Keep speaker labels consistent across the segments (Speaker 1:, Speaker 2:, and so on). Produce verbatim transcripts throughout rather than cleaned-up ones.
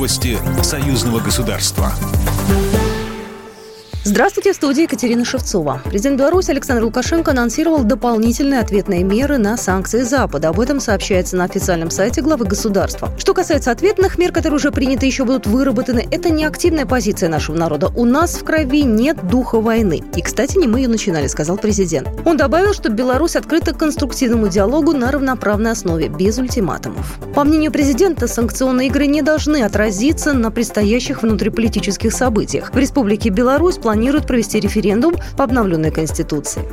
Speaker 1: Новости союзного государства.
Speaker 2: Здравствуйте, в студии Екатерина Шевцова. Президент Беларуси Александр Лукашенко анонсировал дополнительные ответные меры на санкции Запада. Об этом сообщается на официальном сайте главы государства. Что касается ответных мер, которые уже приняты и еще будут выработаны, это не активная позиция нашего народа. У нас в крови нет духа войны. И, кстати, не мы ее начинали, сказал президент. Он добавил, что Беларусь открыта к конструктивному диалогу на равноправной основе, без ультиматумов. По мнению президента, санкционные игры не должны отразиться на предстоящих внутриполитических событиях. В Республике Беларусь планируют провести референдум по обновленной Конституции.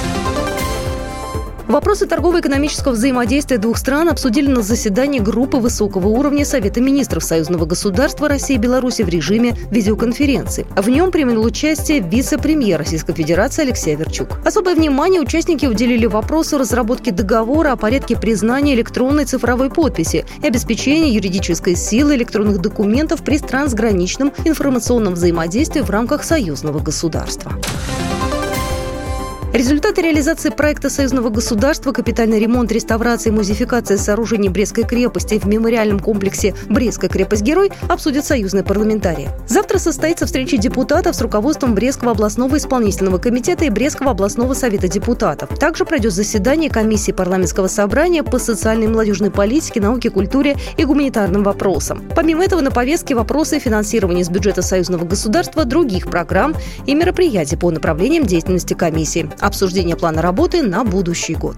Speaker 2: Вопросы торгово-экономического взаимодействия двух стран обсудили на заседании группы высокого уровня Совета министров союзного государства России и Беларуси в режиме видеоконференции. В нем принял участие вице-премьер Российской Федерации Алексей Аверчук. Особое внимание участники уделили вопросу разработки договора о порядке признания электронной цифровой подписи и обеспечения юридической силы электронных документов при трансграничном информационном взаимодействии в рамках союзного государства. Результаты реализации проекта союзного государства «Капитальный ремонт, реставрация и музеификация сооружений Брестской крепости» в мемориальном комплексе «Брестская крепость-герой» обсудят союзные парламентарии. Завтра состоится встреча депутатов с руководством Брестского областного исполнительного комитета и Брестского областного совета депутатов. Также пройдет заседание комиссии парламентского собрания по социальной и молодежной политике, науке, культуре и гуманитарным вопросам. Помимо этого на повестке вопросы финансирования из бюджета союзного государства, других программ и мероприятий по направлениям деятельности комиссии. Обсуждение плана работы на будущий год.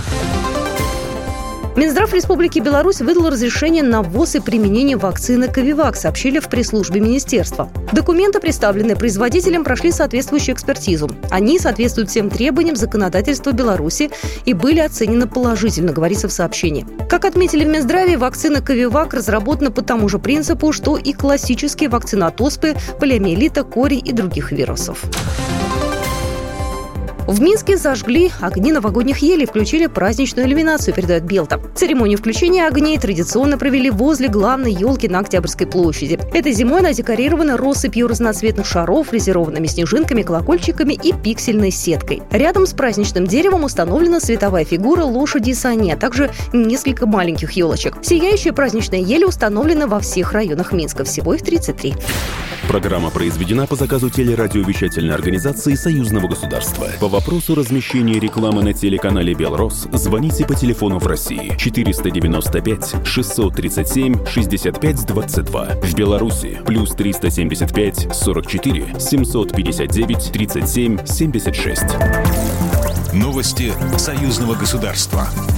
Speaker 2: Минздрав Республики Беларусь выдал разрешение на ввоз и применение вакцины Ковивак, сообщили в пресс-службе министерства. Документы, представленные производителем, прошли соответствующую экспертизу. Они соответствуют всем требованиям законодательства Беларуси и были оценены положительно, говорится в сообщении. Как отметили в Минздраве, вакцина Ковивак разработана по тому же принципу, что и классические вакцины от оспы, полиомиелита, кори и других вирусов. В Минске зажгли огни новогодних елей, включили праздничную иллюминацию, передает Белта. Церемонию включения огней традиционно провели возле главной елки на Октябрьской площади. Этой зимой она декорирована россыпью разноцветных шаров, фрезерованными снежинками, колокольчиками и пиксельной сеткой. Рядом с праздничным деревом установлена световая фигура лошади и сани, а также несколько маленьких елочек. Сияющие праздничные ели установлены во всех районах Минска. Всего их тридцать три.
Speaker 3: Программа произведена по заказу телерадиовещательной организации Союзного государства. По вопросу размещения рекламы на телеканале «Белрос» звоните по телефону в России четыреста девяносто пять шестьсот тридцать семь шестьдесят пять двадцать два. В Беларуси плюс триста семьдесят пять сорок четыре семьсот пятьдесят девять тридцать семь семьдесят шесть.
Speaker 1: Новости союзного государства.